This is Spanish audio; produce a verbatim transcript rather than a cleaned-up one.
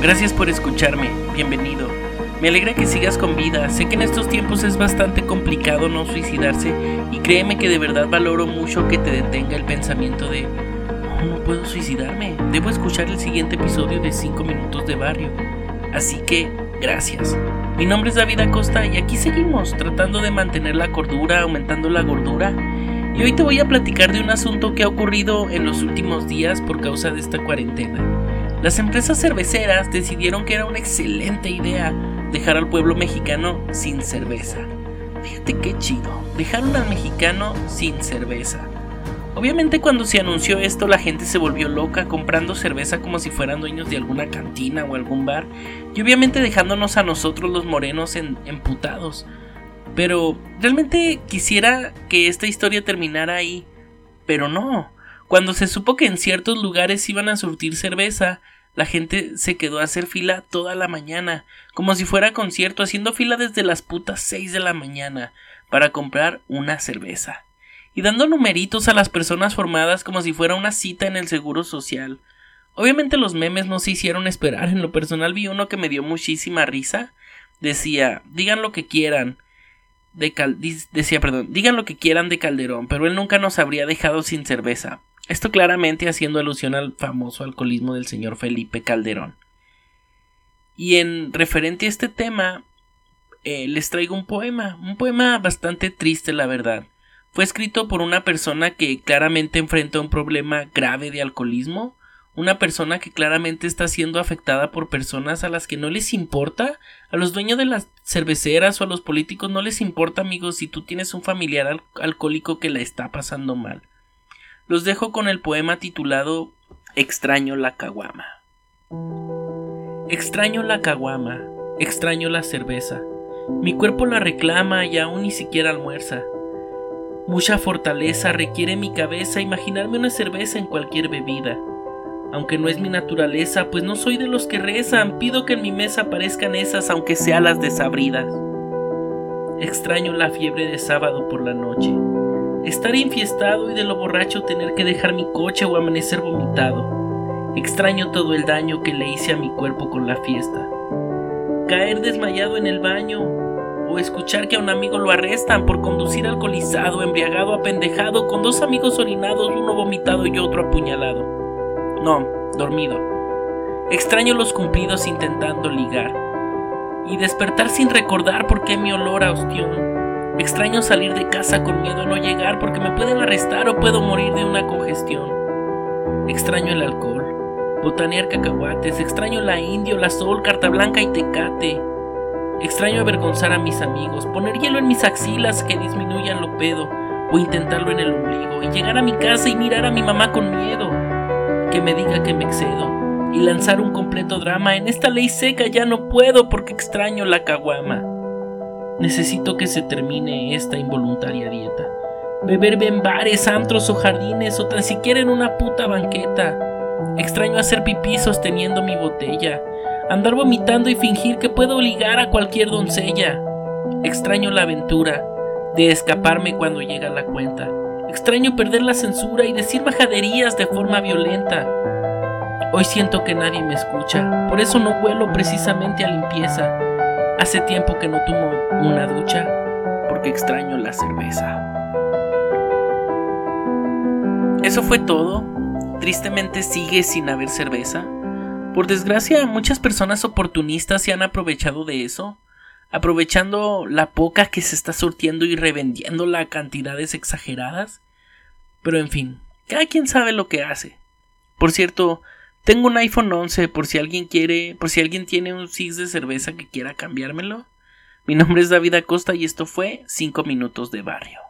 Gracias por escucharme, bienvenido. Me alegra que sigas con vida. Sé que en estos tiempos es bastante complicado no suicidarse y créeme que de verdad valoro mucho que te detenga el pensamiento de no, no puedo suicidarme, debo escuchar el siguiente episodio de cinco minutos de barrio. Así que, gracias. Mi nombre es David Acosta y aquí seguimos tratando de mantener la cordura, aumentando la gordura. Y hoy te voy a platicar de un asunto que ha ocurrido en los últimos días por causa de esta cuarentena. Las empresas cerveceras decidieron que era una excelente idea dejar al pueblo mexicano sin cerveza. Fíjate qué chido, dejaron al mexicano sin cerveza. Obviamente cuando se anunció esto la gente se volvió loca comprando cerveza como si fueran dueños de alguna cantina o algún bar y obviamente dejándonos a nosotros los morenos en, emputados. Pero realmente quisiera que esta historia terminara ahí, pero no. Cuando se supo que en ciertos lugares iban a surtir cerveza, la gente se quedó a hacer fila toda la mañana, como si fuera concierto, haciendo fila desde las putas seis de la mañana para comprar una cerveza. Y dando numeritos a las personas formadas como si fuera una cita en el Seguro Social. Obviamente los memes no se hicieron esperar. En lo personal vi uno que me dio muchísima risa. Decía, digan lo que quieran. De Cal- decía, perdón, digan lo que quieran de Calderón, pero él nunca nos habría dejado sin cerveza. Esto claramente haciendo alusión al famoso alcoholismo del señor Felipe Calderón. Y en referente a este tema, eh, les traigo un poema, un poema bastante triste, la verdad. Fue escrito por una persona que claramente enfrenta un problema grave de alcoholismo. Una persona que claramente está siendo afectada por personas a las que no les importa. A los dueños de las cerveceras o a los políticos no les importa, amigos, si tú tienes un familiar al- alcohólico que la está pasando mal. Los dejo con el poema titulado Extraño la caguama. Extraño la caguama, extraño la cerveza. Mi cuerpo la reclama y aún ni siquiera almuerza. Mucha fortaleza requiere mi cabeza imaginarme una cerveza en cualquier bebida. Aunque no es mi naturaleza, pues no soy de los que rezan, pido que en mi mesa aparezcan esas, aunque sean las desabridas. Extraño la fiebre de sábado por la noche, estar infiestado y de lo borracho tener que dejar mi coche o amanecer vomitado. Extraño todo el daño que le hice a mi cuerpo con la fiesta. Caer desmayado en el baño o escuchar que a un amigo lo arrestan por conducir alcoholizado, embriagado, apendejado, con dos amigos orinados, uno vomitado y otro apuñalado. No, dormido. Extraño los cumplidos intentando ligar y despertar sin recordar por qué mi olor a ostión. Extraño salir de casa con miedo a no llegar porque me pueden arrestar o puedo morir de una congestión. Extraño el alcohol, botanear cacahuates, extraño la Indio, la Sol, Carta Blanca y Tecate. Extraño avergonzar a mis amigos, poner hielo en mis axilas que disminuyan lo pedo o intentarlo en el ombligo y llegar a mi casa y mirar a mi mamá con miedo. Que me diga que me excedo y lanzar un completo drama. En esta ley seca ya no puedo porque extraño la caguama. Necesito que se termine esta involuntaria dieta. Beber en bares, antros o jardines o tan siquiera en una puta banqueta. Extraño hacer pipí sosteniendo mi botella, andar vomitando y fingir que puedo ligar a cualquier doncella. Extraño la aventura de escaparme cuando llega la cuenta. Extraño perder la censura y decir majaderías de forma violenta. Hoy siento que nadie me escucha, por eso no huelo precisamente a limpieza. Hace tiempo que no tomo una ducha, porque extraño la cerveza. Eso fue todo. Tristemente sigue sin haber cerveza. Por desgracia, muchas personas oportunistas se han aprovechado de eso, aprovechando la poca que se está surtiendo y revendiéndola a cantidades exageradas. Pero en fin, cada quien sabe lo que hace. Por cierto, tengo un iPhone once por si alguien quiere, por si alguien tiene un six de cerveza que quiera cambiármelo. Mi nombre es David Acosta y esto fue cinco minutos de barrio.